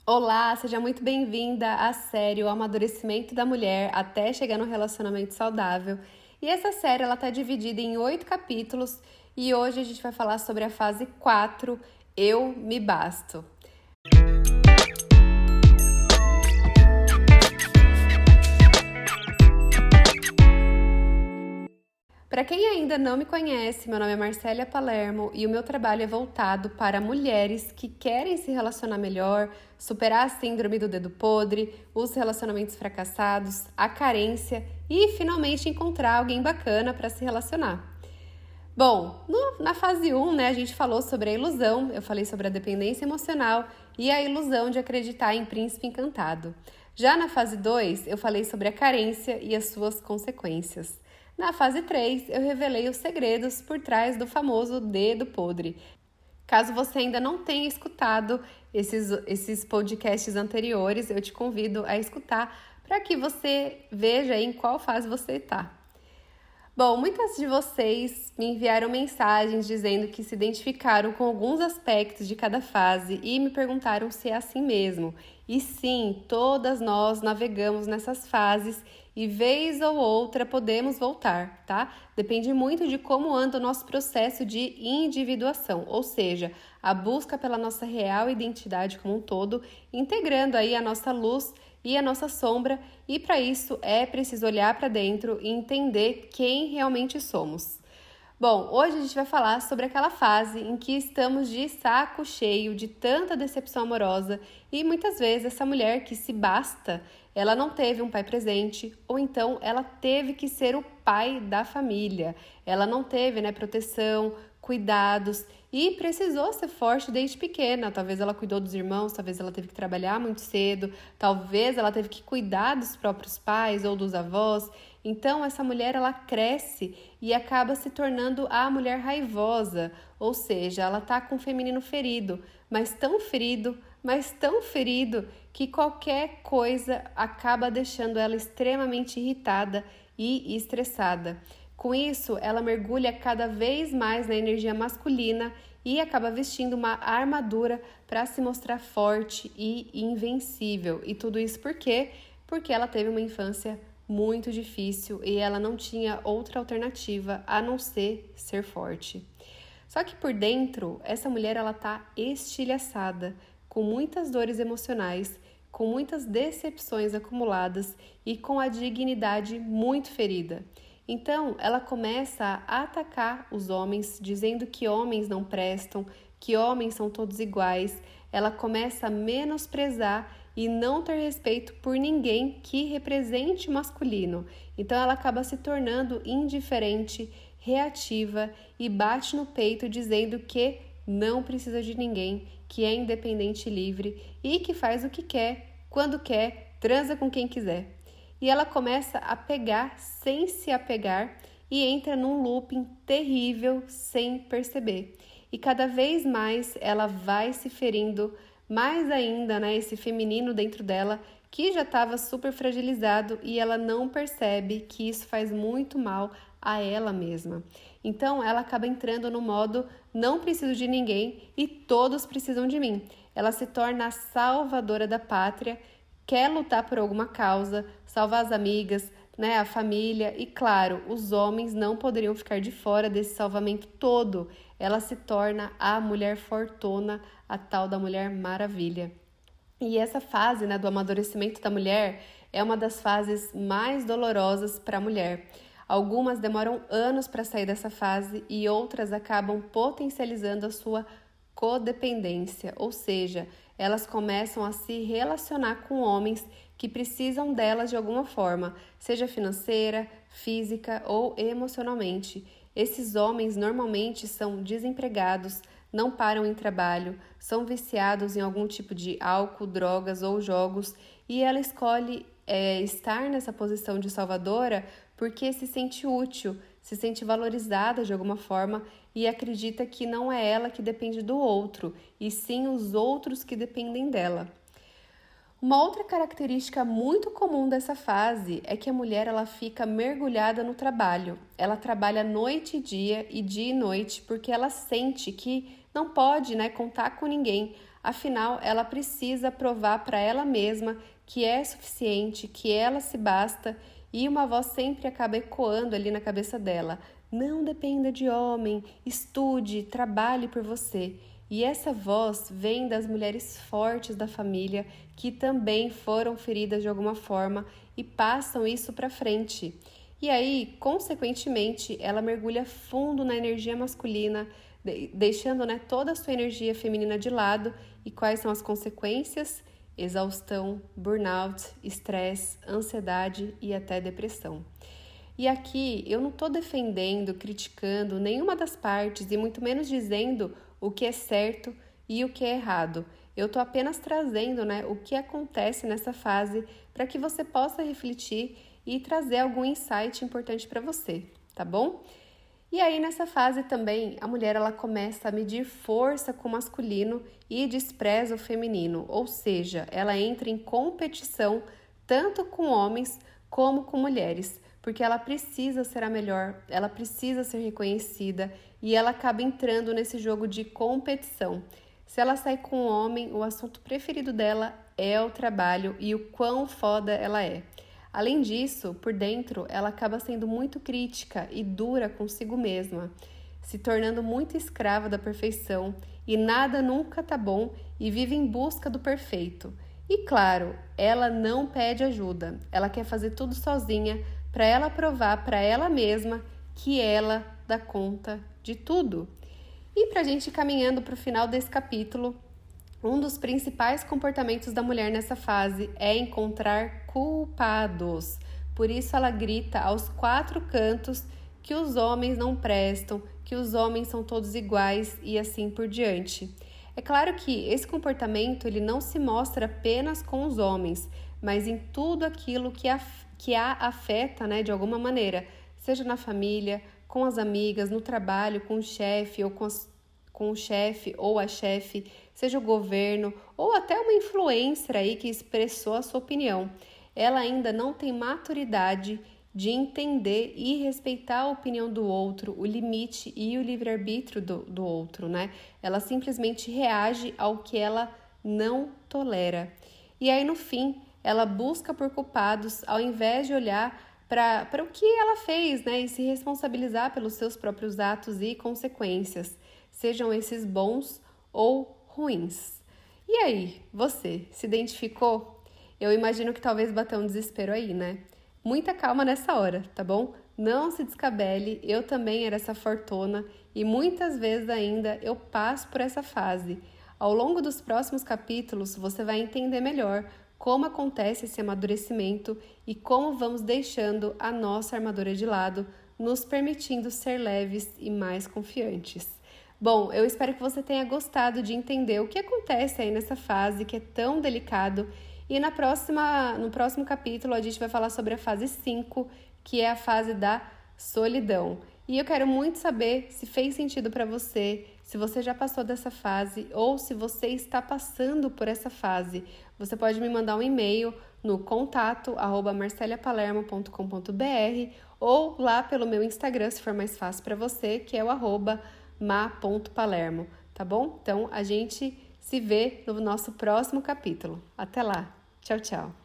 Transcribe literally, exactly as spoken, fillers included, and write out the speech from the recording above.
Olá, seja muito bem-vinda à série O Amadurecimento da Mulher até chegar no relacionamento saudável. E essa série ela está dividida em oito capítulos e hoje a gente vai falar sobre a fase quatro, Eu Me Basto. Para quem ainda não me conhece, meu nome é Marcélia Palermo e o meu trabalho é voltado para mulheres que querem se relacionar melhor, superar a síndrome do dedo podre, os relacionamentos fracassados, a carência e finalmente encontrar alguém bacana para se relacionar. Bom, no, na fase um, né, a gente falou sobre a ilusão, eu falei sobre a dependência emocional e a ilusão de acreditar em príncipe encantado. Já na fase dois, eu falei sobre a carência e as suas consequências. Na fase três, eu revelei os segredos por trás do famoso dedo podre. Caso você ainda não tenha escutado esses, esses podcasts anteriores, eu te convido a escutar para que você veja em qual fase você está. Bom, muitas de vocês me enviaram mensagens dizendo que se identificaram com alguns aspectos de cada fase e me perguntaram se é assim mesmo. E sim, todas nós navegamos nessas fases e vez ou outra podemos voltar, tá? Depende muito de como anda o nosso processo de individuação, ou seja, a busca pela nossa real identidade como um todo, integrando aí a nossa luz e a nossa sombra, e para isso é preciso olhar para dentro e entender quem realmente somos. Bom, hoje a gente vai falar sobre aquela fase em que estamos de saco cheio de tanta decepção amorosa e muitas vezes essa mulher que se basta, ela não teve um pai presente ou então ela teve que ser o pai da família. Ela não teve, né, proteção, cuidados e precisou ser forte desde pequena. Talvez ela cuidou dos irmãos, talvez ela teve que trabalhar muito cedo, talvez ela teve que cuidar dos próprios pais ou dos avós. Então, essa mulher, ela cresce e acaba se tornando a mulher raivosa, ou seja, ela está com o feminino ferido, mas tão ferido, mas tão ferido, que qualquer coisa acaba deixando ela extremamente irritada e estressada. Com isso, ela mergulha cada vez mais na energia masculina e acaba vestindo uma armadura para se mostrar forte e invencível. E tudo isso por quê? Porque ela teve uma infância muito difícil e ela não tinha outra alternativa a não ser ser forte. Só que por dentro, essa mulher ela tá estilhaçada, com muitas dores emocionais, com muitas decepções acumuladas e com a dignidade muito ferida. Então, ela começa a atacar os homens, dizendo que homens não prestam, que homens são todos iguais. Ela começa a menosprezar e não ter respeito por ninguém que represente o masculino. Então, ela acaba se tornando indiferente, reativa e bate no peito dizendo que não precisa de ninguém, que é independente e livre e que faz o que quer, quando quer, transa com quem quiser. E ela começa a pegar sem se apegar e entra num looping terrível sem perceber. E cada vez mais ela vai se ferindo, mais ainda, né, esse feminino dentro dela que já estava super fragilizado e ela não percebe que isso faz muito mal a ela mesma. Então ela acaba entrando no modo não preciso de ninguém e todos precisam de mim. Ela se torna a salvadora da pátria, quer lutar por alguma causa, salvar as amigas, né, a família e, claro, os homens não poderiam ficar de fora desse salvamento todo. Ela se torna a mulher fortuna, a tal da Mulher Maravilha. E essa fase, né, do amadurecimento da mulher é uma das fases mais dolorosas para a mulher. Algumas demoram anos para sair dessa fase e outras acabam potencializando a sua codependência, ou seja, elas começam a se relacionar com homens que precisam delas de alguma forma, seja financeira, física ou emocionalmente. Esses homens normalmente são desempregados, não param em trabalho, são viciados em algum tipo de álcool, drogas ou jogos e ela escolhe é, estar nessa posição de salvadora porque se sente útil, se sente valorizada de alguma forma e acredita que não é ela que depende do outro, e sim os outros que dependem dela. Uma outra característica muito comum dessa fase é que a mulher ela fica mergulhada no trabalho. Ela trabalha noite e dia e dia e noite porque ela sente que não pode, né, contar com ninguém. Afinal, ela precisa provar para ela mesma que é suficiente, que ela se basta, e uma voz sempre acaba ecoando ali na cabeça dela: não dependa de homem, estude, trabalhe por você. E essa voz vem das mulheres fortes da família que também foram feridas de alguma forma e passam isso para frente. E aí, consequentemente, ela mergulha fundo na energia masculina, deixando, né, toda a sua energia feminina de lado. E quais são as consequências? Exaustão, burnout, estresse, ansiedade e até depressão. E aqui eu não estou defendendo, criticando nenhuma das partes e muito menos dizendo o que é certo e o que é errado. Eu estou apenas trazendo, né, o que acontece nessa fase para que você possa refletir e trazer algum insight importante para você, tá bom? E aí nessa fase também a mulher ela começa a medir força com o masculino e despreza o feminino, ou seja, ela entra em competição tanto com homens como com mulheres, porque ela precisa ser a melhor, ela precisa ser reconhecida e ela acaba entrando nesse jogo de competição. Se ela sai com um homem, o assunto preferido dela é o trabalho e o quão foda ela é. Além disso, por dentro, ela acaba sendo muito crítica e dura consigo mesma, se tornando muito escrava da perfeição e nada nunca tá bom e vive em busca do perfeito. E claro, ela não pede ajuda, ela quer fazer tudo sozinha para ela provar para ela mesma que ela dá conta de tudo. E para a gente ir caminhando para o final desse capítulo, um dos principais comportamentos da mulher nessa fase é encontrar culpados. Por isso ela grita aos quatro cantos que os homens não prestam, que os homens são todos iguais e assim por diante. É claro que esse comportamento ele não se mostra apenas com os homens, mas em tudo aquilo que a, que a afeta, né, de alguma maneira, seja na família, com as amigas, no trabalho, com o chefe ou com as com o chefe ou a chefe, seja o governo ou até uma influencer aí que expressou a sua opinião. Ela ainda não tem maturidade de entender e respeitar a opinião do outro, o limite e o livre-arbítrio do, do outro, né? Ela simplesmente reage ao que ela não tolera. E aí, no fim, ela busca por culpados ao invés de olhar para o que ela fez, né? E se responsabilizar pelos seus próprios atos e consequências, sejam esses bons ou ruins. E aí, você se identificou? Eu imagino que talvez bateu um desespero aí, né? Muita calma nessa hora, tá bom? Não se descabele, eu também era essa fortuna e muitas vezes ainda eu passo por essa fase. Ao longo dos próximos capítulos, você vai entender melhor como acontece esse amadurecimento e como vamos deixando a nossa armadura de lado, nos permitindo ser leves e mais confiantes. Bom, eu espero que você tenha gostado de entender o que acontece aí nessa fase que é tão delicado. E na próxima, no próximo capítulo a gente vai falar sobre a fase cinco, que é a fase da solidão. E eu quero muito saber se fez sentido para você, se você já passou dessa fase ou se você está passando por essa fase. Você pode me mandar um e-mail no contato arroba marcelia palermo ponto com ponto b r ou lá pelo meu Instagram, se for mais fácil para você, que é o arroba ma ponto palermo, tá bom? Então, a gente se vê no nosso próximo capítulo. Até lá. Tchau, tchau.